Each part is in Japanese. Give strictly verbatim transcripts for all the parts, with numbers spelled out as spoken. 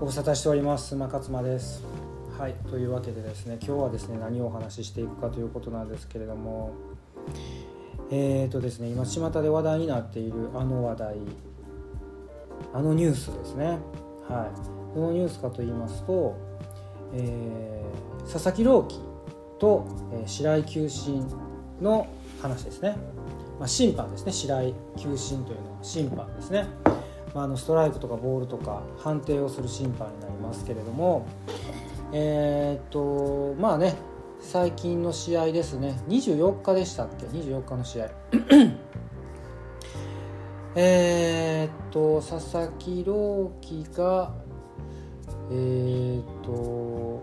ご無沙汰しております。馬勝馬です。はい、というわけでですね、今日はですね、何をお話ししていくかということなんですけれども、えーとですね、今巷で話題になっているあの話題、あのニュースですね。はい、どのニュースかと言いますと、えー、佐々木朗希と、えー、白井球審の話ですね。まあ、審判ですね。白井球審というのは審判ですね。まあ、あのストライクとかボールとか判定をする審判になりますけれども、えー、っとまあね、最近の試合ですね。にじゅうよっかでしたっけ？にじゅうよっかの試合えーっと佐々木朗希がえーっと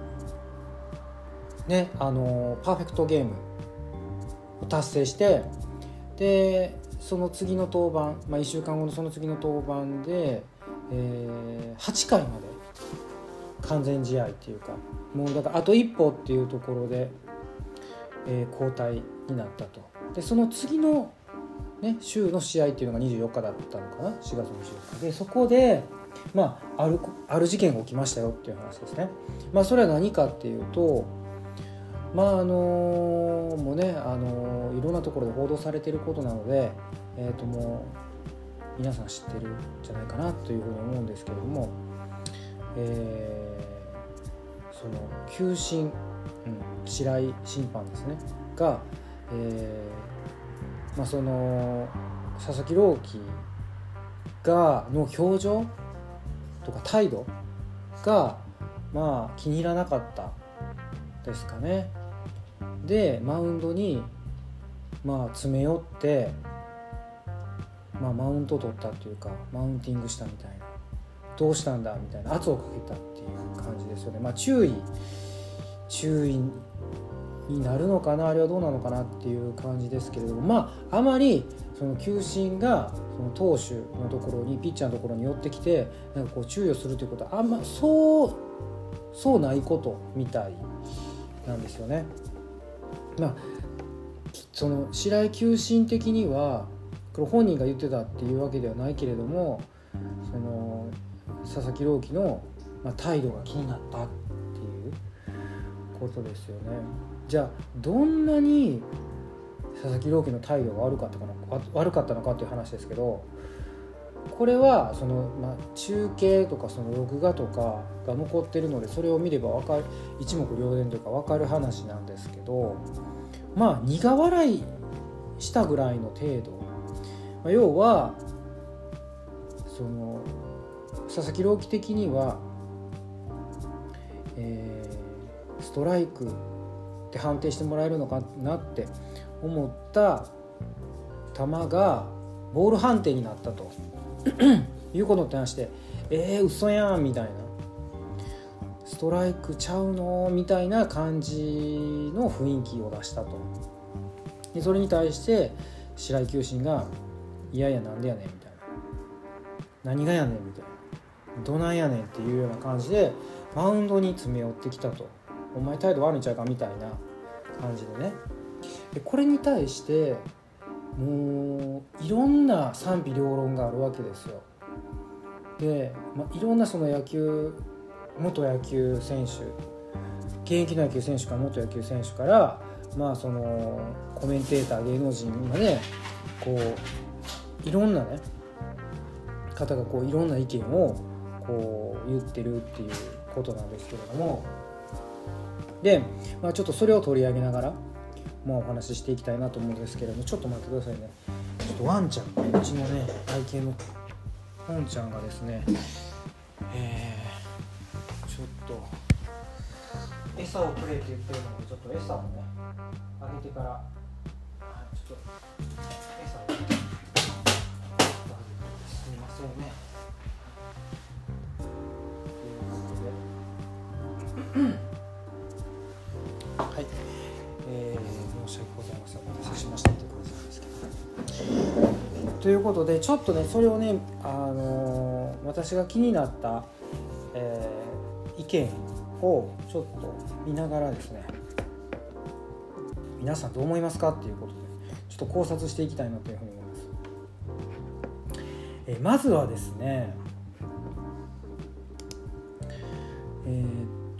ねあのパーフェクトゲームを達成して、でその次の登板、まあ、いっしゅうかんごのその次の登板で、えー、はちかいまで完全試合っていうか、もうだからあと一歩っていうところで、えー、交代になったと。でその次の、ね、週の試合っていうのがにじゅうよっかだったのかな、しがつのにじゅうよっかで、そこで、まあ、あるある事件が起きましたよっていう話ですね。まあ、それは何かっていうと、まああのー、もうね、あのー、いろんなところで報道されていることなので、えーともう皆さん知ってるんじゃないかなというふうに思うんですけれども、えー、その球審、うん、白井審判ですねが、えーまあ、その佐々木朗希がの表情とか態度がまあ気に入らなかったですかね。でマウンドにまあ詰め寄って、まあ、マウントを取ったっていうかマウンティングしたみたいな、どうしたんだみたいな圧をかけたっていう感じですよね。まあ注意注意になるのかな、あれはどうなのかなっていう感じですけれども、まああまりその球審がその投手のところにピッチャーのところに寄ってきてなんかこう注意をするということはあんまそうそうないことみたいなんですよね。まあその白井球審的にはこれ本人が言ってたっていうわけではないけれども、その佐々木朗希の態度が気になったっていうことですよね。じゃあどんなに佐々木朗希の態度が悪かったかな、悪かったのかという話ですけど、これはその、まあ、中継とかその録画とかが残ってるので、それを見れば分かる、一目瞭然というか分かる話なんですけど、まあ苦笑いしたぐらいの程度、まあ、要はその佐々木朗希的には、えー、ストライクって判定してもらえるのかなって思った球がボール判定になったということに対してえー嘘やんみたいな、ストライクちゃうのみたいな感じの雰囲気を出したと。でそれに対して白井球審がいやいやなんでやねんみたいな、何がやねんみたいな、どないやねんっていうような感じでマウンドに詰め寄ってきたと。お前態度悪いんちゃうかみたいな感じでね。でこれに対してもういろんな賛否両論があるわけですよ。で、まあ、いろんなその野球元野球選手、現役の野球選手から元野球選手から、まあ、そのコメンテーター芸能人までこういろんなね方がこういろんな意見をこう言ってるっていうことなんですけれども、で、まあ、ちょっとそれを取り上げながら、まあ、お話ししていきたいなと思うんですけれども、ちょっと待ってくださいね。ちょっとワンちゃん、うちのね愛犬のポンちゃんがですね、えー、ちょっと餌をくれって言ってるので、ちょっと餌をねあげてから、はい、ちょっと餌をすみませんね。ということではい、えー、申し訳ございません、お待たせしましたという感じなんですけど、ということでちょっとねそれをね、あのー、私が気になった、えー、意見をちょっと見ながらですね、皆さんどう思いますかっていうことでちょっと考察していきたいなというふうに思います。えー、まずはですね、 えー、っと、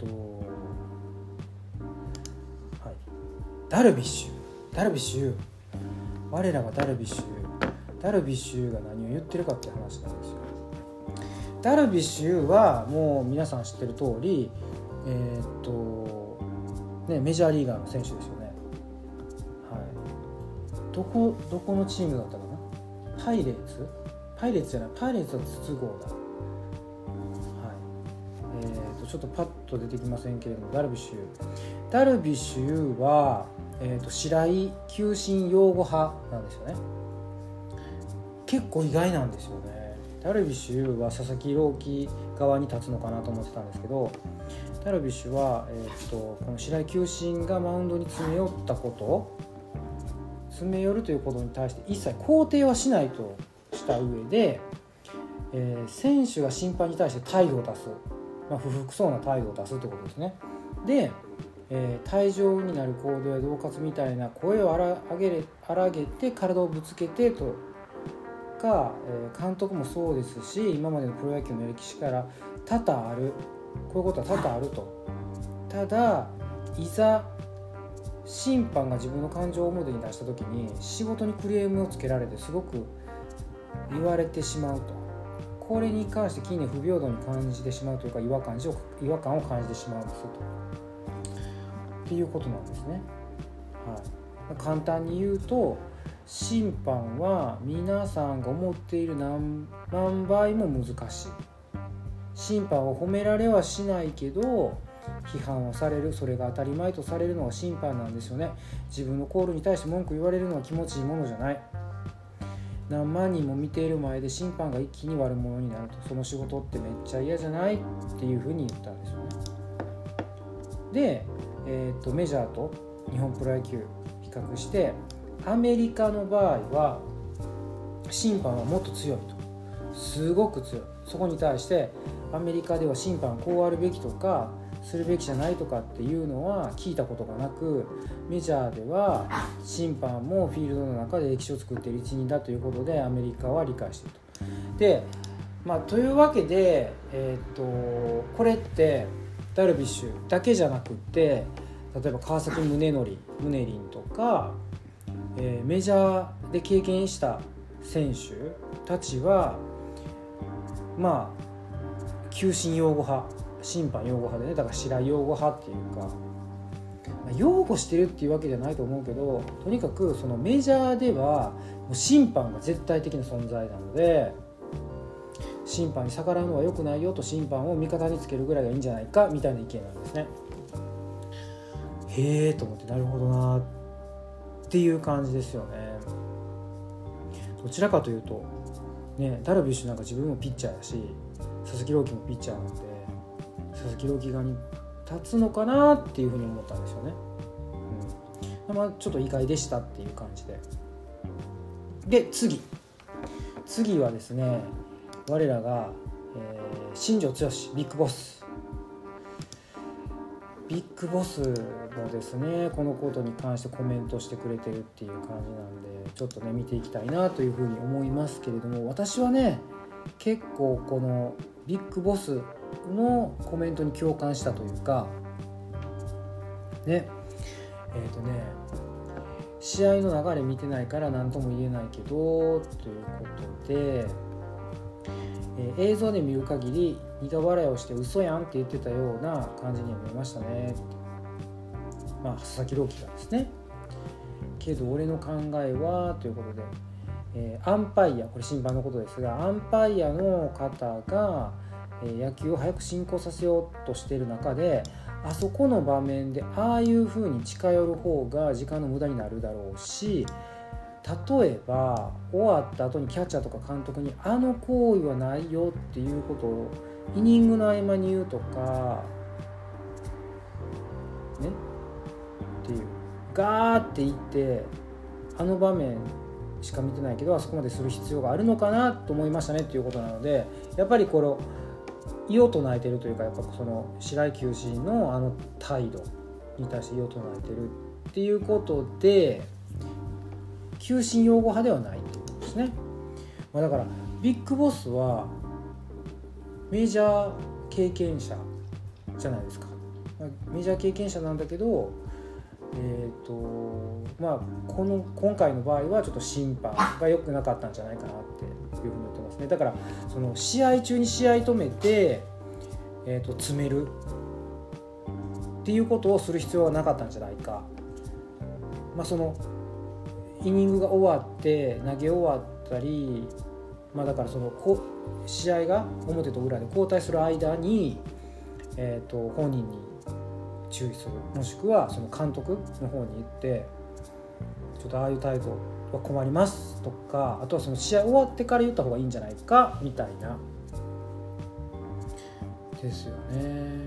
はい、ダルビッシュダルビッシュ我らがダルビッシュダルビッシュが何を言ってるかって話なんですよ。ダルビッシュはもう皆さん知ってる通り、えー、っとね、メジャーリーガーの選手ですよね。はい、どこどこのチームだったかな。パイレーツパイレーツじゃないパイレーツは筒香だ。はい、えー、とちょっとパッと出てきませんけれども、ダルビッシュダルビッシュは、えー、と白井球審擁護派なんですよね。結構意外なんですよね。ダルビッシュは佐々木朗希側に立つのかなと思ってたんですけど、ダルビッシュは、えー、とこの白井球審がマウンドに詰め寄ったこと詰め寄るということに対して一切肯定はしないとした上で、えー、選手が審判に対して態度を出す、まあ、不服そうな態度を出すということですね。で、えー、退場になる行動や恫喝みたいな声を荒げれ荒げて体をぶつけてとか、えー、監督もそうですし、今までのプロ野球の歴史から多々ある、こういうことは多々あると。ただいざ審判が自分の感情を表に出した時に仕事にクレームをつけられてすごく言われてしまうと、これに関して近年不平等に感じてしまうというか違和感を違和感を感じてしまうんですとっていうことなんですね。はい、簡単に言うと、審判は皆さんが思っている 何, 何倍も難しい。審判を褒められはしないけど批判をされる、それが当たり前とされるのが審判なんですよね。自分のコールに対して文句言われるのは気持ちいいものじゃない。何万人も見ている前で審判が一気に悪者になると、その仕事ってめっちゃ嫌じゃないっていうふうに言ったんですよね。で、えー、とメジャーと日本プロ野球比較して、アメリカの場合は審判はもっと強いと、すごく強い。そこに対してアメリカでは審判こうあるべきとかするべきじゃないとかっていうのは聞いたことがなく、メジャーでは審判もフィールドの中で歴史を作っている一員だということでアメリカは理解していると。で、まあ、というわけで、えー、とこれってダルビッシュだけじゃなくって、例えば川崎宗則、宗麟とか、えー、メジャーで経験した選手たちはまあ球審擁護派、審判擁護派でね、だから白井擁護派っていうか、擁護してるっていうわけじゃないと思うけど、とにかくそのメジャーではもう審判が絶対的な存在なので、審判に逆らうのは良くないよと、審判を味方につけるぐらいがいいんじゃないかみたいな意見なんですね。へーと思って、なるほどなっていう感じですよね。どちらかというとね、ダルビッシュなんか自分もピッチャーだし、佐々木朗希もピッチャーなんで、佐々木朗希側に立つのかなっていうふうに思ったんですよね。うん、まあちょっと意外でしたっていう感じで。で次次はですね、我らが、えー、新庄剛志ビッグボスビッグボスもですね、このことに関してコメントしてくれてるっていう感じなんで、ちょっとね見ていきたいなというふうに思いますけれども、私はね結構このビッグボスのコメントに共感したというかね、えっとね試合の流れ見てないから何とも言えないけどということで、えー、映像で見る限り苦笑いをして嘘やんって言ってたような感じには見えましたね。まあ佐々木朗希がですね。けど俺の考えはということで、えー、アンパイア、これ審判のことですが、アンパイアの方が、えー、野球を早く進行させようとしている中で、あそこの場面でああいう風に近寄る方が時間の無駄になるだろうし、例えば終わった後にキャッチャーとか監督にあの行為はないよっていうことをイニングの合間に言うとかねっていう、ガーって言ってあの場面しか見てないけどあそこまでする必要があるのかなと思いましたねっていうことなので、やっぱりこれ異を唱えてるというか、やっぱその白井球審のあの態度に対して異を唱えてるっていうことで、球審擁護派ではないっていうことですね。まあ、だからビッグボスはメジャー経験者じゃないですか。メジャー経験者なんだけど、えーとまあ、この今回の場合はちょっと審判が良くなかったんじゃないかなっていうふうに言ってますね。だからその試合中に試合止めて、えーと詰めるっていうことをする必要はなかったんじゃないか、まあ、そのイニングが終わって投げ終わったり、まあ、だからそのこ試合が表と裏で交代する間に、えーと本人に注意する、もしくはその監督の方に言ってちょっとああいう態度は困りますとか、あとはその試合終わってから言った方がいいんじゃないかみたいなですよね、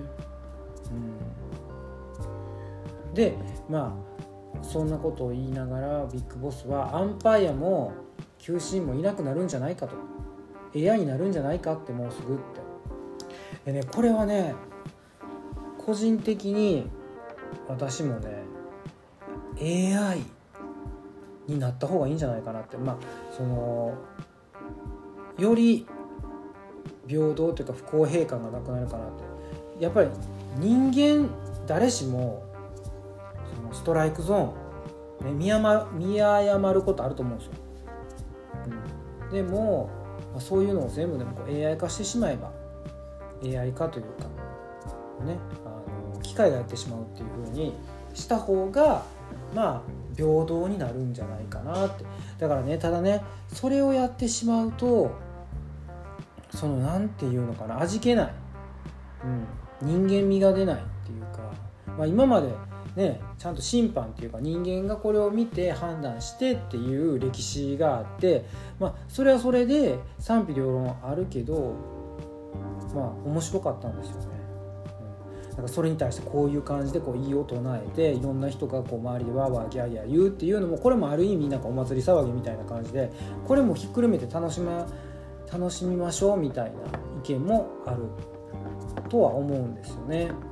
うん、でまあそんなことを言いながらビッグボスはアンパイアも球審もいなくなるんじゃないかと、 エーアイ になるんじゃないかってもうすぐって。でね、これはね個人的に私もね エーアイ になった方がいいんじゃないかなって、まあそのより平等というか不公平感がなくなるかなって。やっぱり人間誰しもそのストライクゾーン、ね、見誤、見誤ることあると思うんですよ、うん、でも、まあ、そういうのを全部でもこう エーアイ 化してしまえば エーアイ 化というかね、あの機械がやってしまうっていう風にした方がまあ平等になるんじゃないかなって。だからね、ただねそれをやってしまうとそのなんていうのかな、味気ない、うん、人間味が出ないっていうか、まあ、今までねちゃんと審判っていうか人間がこれを見て判断してっていう歴史があって、まあそれはそれで賛否両論あるけどまあ面白かったんですよね。だからそれに対してこういう感じでこう異を唱えていろんな人がこう周りでワーワーギャーギャー言うっていうのも、これもある意味なんかお祭り騒ぎみたいな感じで、これもひっくるめて楽しま楽しみましょうみたいな意見もあるとは思うんですよね。はい、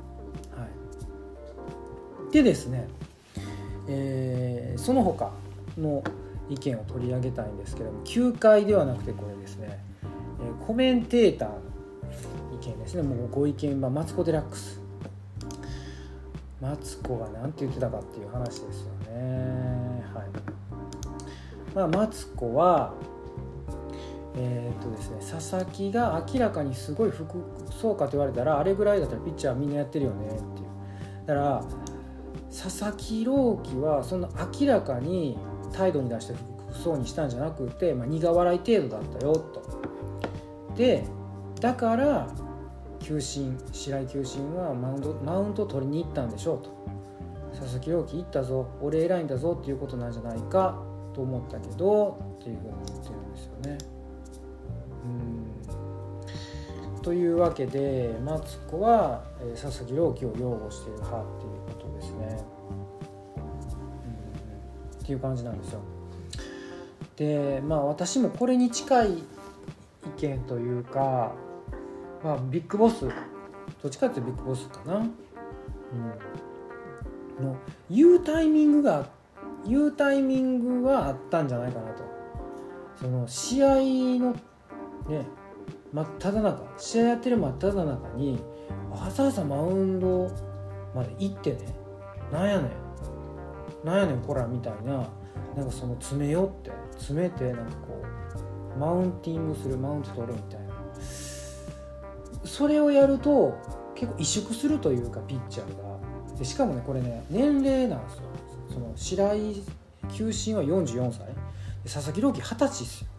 でですね、えー、その他の意見を取り上げたいんですけども、きゅうかいではなくてこれですね、えー、コメンテーターの意見ですね。もうご意見はマツコ・デラックス、マツコが何て言ってたかっていう話ですよね。はい。まあマツコはえーっとですね、佐々木が明らかにすごい複そうかと言われたらあれぐらいだったらピッチャーみんなやってるよねっていう。だから佐々木朗希はそんな明らかに態度に出して複そうにしたんじゃなくて、まあ、苦笑い程度だったよと。でだから球審白井球審はマウンドマウントを取りに行ったんでしょうと。佐々木朗希行ったぞ、俺偉いんだぞっていうことなんじゃないかと思ったけどっていうふうに言ってるんですよね。うんというわけでマツコは、えー、佐々木朗希を擁護している派っていうことですね。うんっていう感じなんですよ。でまあ私もこれに近い意見というか、まあ、ビッグボスどっちかっていうとビッグボスかな、うん、の言うタイミングが言うタイミングはあったんじゃないかなと。その試合のね真っ只中試合やってる真っ只中にわざわざマウンドまで行ってね、なんやねんなんやねんこらみたいな、なんかその詰め寄って詰めてなんかこうマウンティングするマウント取るみたいな、それをやると結構萎縮するというかピッチャーがで、しかもねこれね年齢なんですよ。その白井球審はよんじゅうよんさいで佐々木朗希はたちですよ。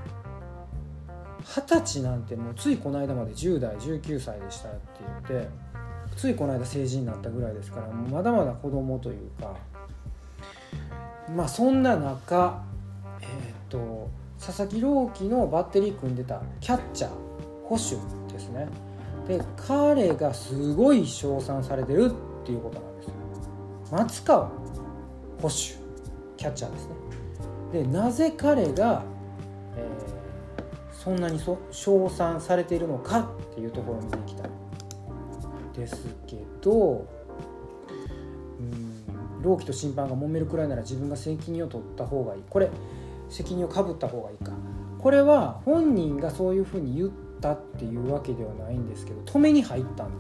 はたちなんてもうついこの間までじゅう代じゅうきゅうさいでしたって言ってついこの間成人になったぐらいですから、もうまだまだ子供というか、まあそんな中えー、っと佐々木朗希のバッテリー組んでたキャッチャー捕手ですね。で彼がすごい称賛されてるっていうことなんですよ。松川捕手キャッチャーですね。でなぜ彼が、えーそんなにそ称賛されているのかっていうところを見ていきたいですけど、うん朗希と審判が揉めるくらいなら自分が責任を取った方がいい、これ責任をかぶった方がいいか、これは本人がそういうふうに言ったっていうわけではないんですけど止めに入ったんですよね。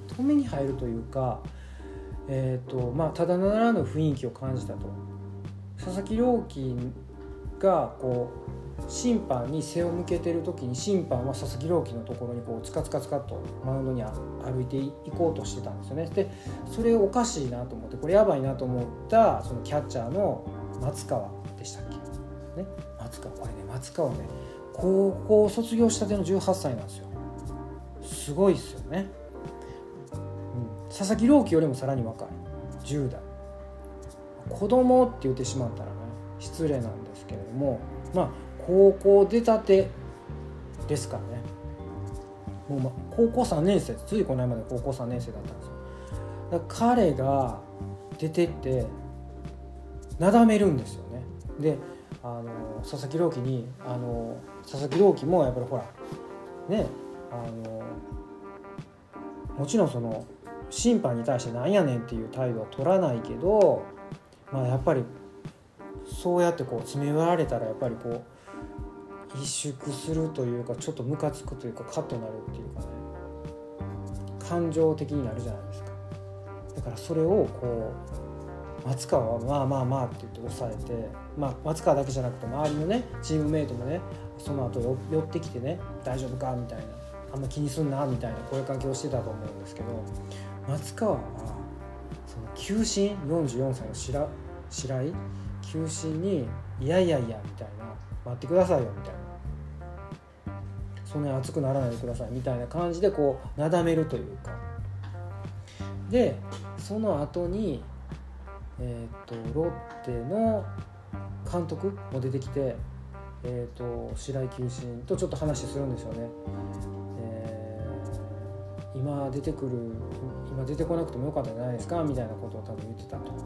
止めに入るというか、えーとまあ、ただならぬ雰囲気を感じたと。佐々木朗希がこう審判に背を向けてる時に、審判は佐々木朗希のところにこうツカツカツカとマウンドに歩いていこうとしてたんですよね。でそれおかしいなと思って、これやばいなと思ったそのキャッチャーの松川でしたっけ、ね、松川、これね松川ね高校卒業したてのじゅうはっさいなんですよ。すごいですよね、うん、佐々木朗希よりもさらに若いじゅう代。子供って言ってしまったらね失礼なんですけれども、まあ高校出たてですからね。もう、ま、高校さんねん生、ついこの間まで高校さんねん生だったんですよ。だから彼が出てってなだめるんですよね。であの佐々木朗希にあの佐々木朗希もやっぱりほらね、あのもちろんその審判に対してなんやねんっていう態度は取らないけど、まあ、やっぱりそうやってこう詰め寄られたらやっぱりこう萎縮するというか、ちょっとムカつくというか、カッとなるっていうかね、感情的になるじゃないですか。だからそれをこう松川はまあまあまあって言って抑えて、まあ、松川だけじゃなくて周りのねチームメイトもねその後寄ってきてね、大丈夫かみたいな、あんま気にすんなみたいな声かけをしてたと思うんですけど、松川はその球審よんじゅうよんさいの白白井球審にいやいやいやみたいな、待ってくださいよみたいな、そんなに熱くならないでくださいみたいな感じでこうなだめるというか。でその後にえー、とロッテの監督も出てきて、えー、と白井球審とちょっと話するんですよね。えー、今出てくる今出てこなくてもよかったんじゃないですかみたいなことを多分言ってたと、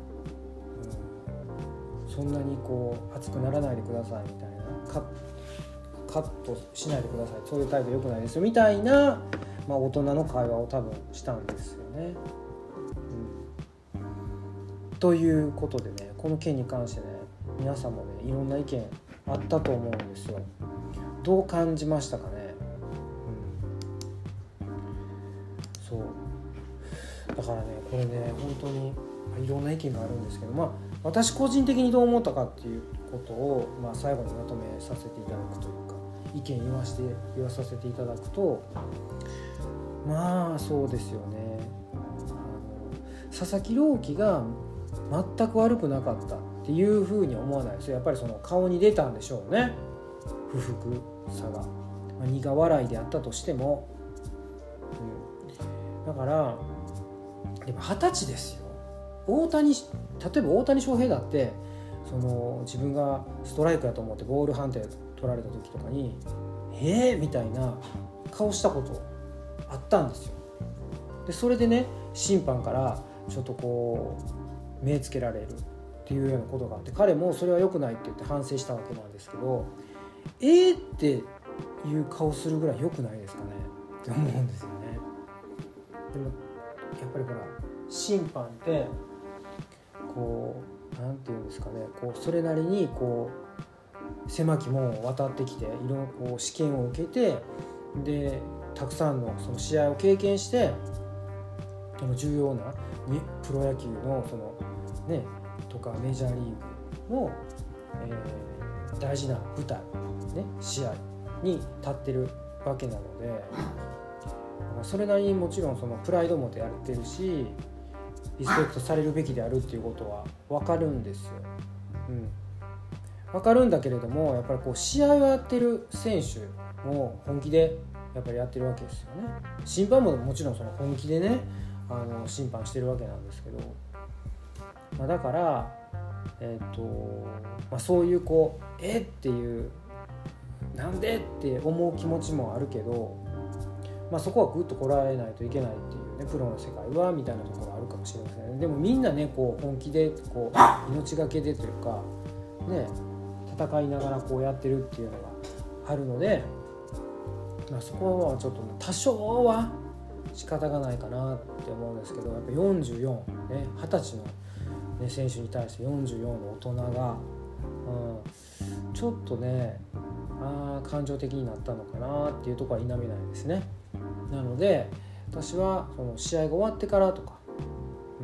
うん、そんなにこう熱くならないでくださいみたいな、カッ、カットしないでください、そういう態度良くないですよみたいな、まあ、大人の会話を多分したんですよね。ということでね、この件に関してね皆さんもねいろんな意見あったと思うんですよ。どう感じましたかね、うん、そうだからねこれね本当にいろんな意見があるんですけど、まあ私個人的にどう思ったかっていうことを、まあ、最後にまとめさせていただくというか、意見言わして言わさせていただくと、まあそうですよね、あの佐々木朗希が全く悪くなかったっていうふうには思わないですよ。やっぱりその顔に出たんでしょうね、不服さが、まあ、苦笑いであったとしても、うん、だからでも二十歳ですよ。大谷、例えば大谷翔平だってその自分がストライクだと思ってボール判定取られた時とかにえーみたいな顔したことあったんですよ。でそれでね審判からちょっとこう目つけられるっていうようなことがあって、彼もそれは良くないって言って反省したわけなんですけど、えーっていう顔するぐらい良くないですかねって思うんですよね。でもやっぱりほら審判ってこうなんていうんですかね、こうそれなりにこう狭き門を渡ってきていろいろこう試験を受けて、でたくさんのその試合を経験して、その重要なプロ野球のそのねとかメジャーリーグの、えー、大事な舞台、ね、試合に立ってるわけなので、それなりにもちろんそのプライド持ってやってるし、リスペクトされるべきであるっていうことは分かるんですよ、うん、分かるんだけれども、やっぱりこう試合をやってる選手も本気でやっぱりやってるわけですよね。審判ももちろんその本気でねあの審判してるわけなんですけど、まあ、だから、えーとまあ、そういうこうえっていうなんでって思う気持ちもあるけど、まあ、そこはグッとこらえないといけないっていうね、プロの世界はみたいなところあるかもしれませんね。でもみんなねこう本気でこう命がけでというかね戦いながらこうやってるっていうのがあるので、まあ、そこはちょっと多少は仕方がないかなって思うんですけど、やっぱよんじゅうよん、ね、はたちの、ね、選手に対してよんじゅうよんの大人が、うん、ちょっとねあ感情的になったのかなっていうところは否めないですね。なので私はその試合が終わってからとか、うん、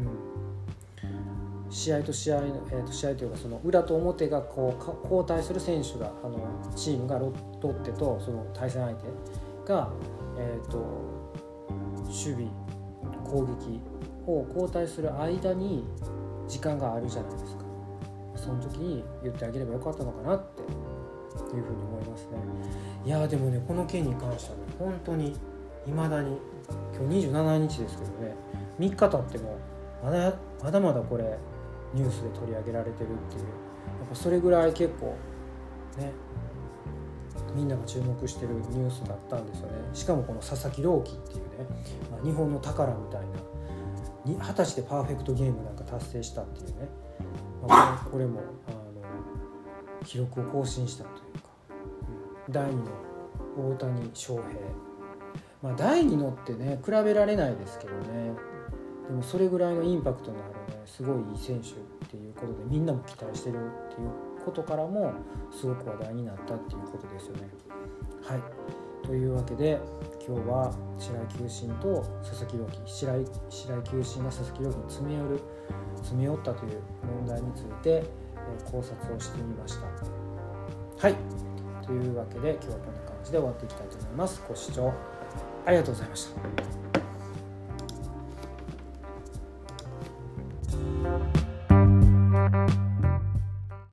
試合と試合、えー、と試合というかその裏と表がこう交代する選手があのチームがロッテとその対戦相手が、えー、と守備攻撃を交代する間に時間があるじゃないですか。その時に言ってあげればよかったのかなっていうふうに思いますね。いやでもねこの件に関してはね本当に未だに今日にじゅうしちにちですけどねみっか経ってもまだまだまだこれニュースで取り上げられてるっていう、やっぱそれぐらい結構ねみんなが注目してるニュースだったんですよね。しかもこの佐々木朗希っていうね、まあ、日本の宝みたいなはたちでパーフェクトゲームなんか達成したっていうね、まあ、これもあの記録を更新したというか、うん、だいにの大谷翔平、まあ、だいにのってね比べられないですけどね、でもそれぐらいのインパクトのあるねすごいいい選手っていうことでみんなも期待してるっていうことからもすごく話題になったっていうことですよね。はい、というわけで今日は白井球審と佐々木朗希、白井、白井球審が佐々木朗希に詰め寄る詰め寄ったという問題について、えー、考察をしてみました。はい、というわけで今日はこんな感じで終わっていきたいと思います。ご視聴ありがとうございました。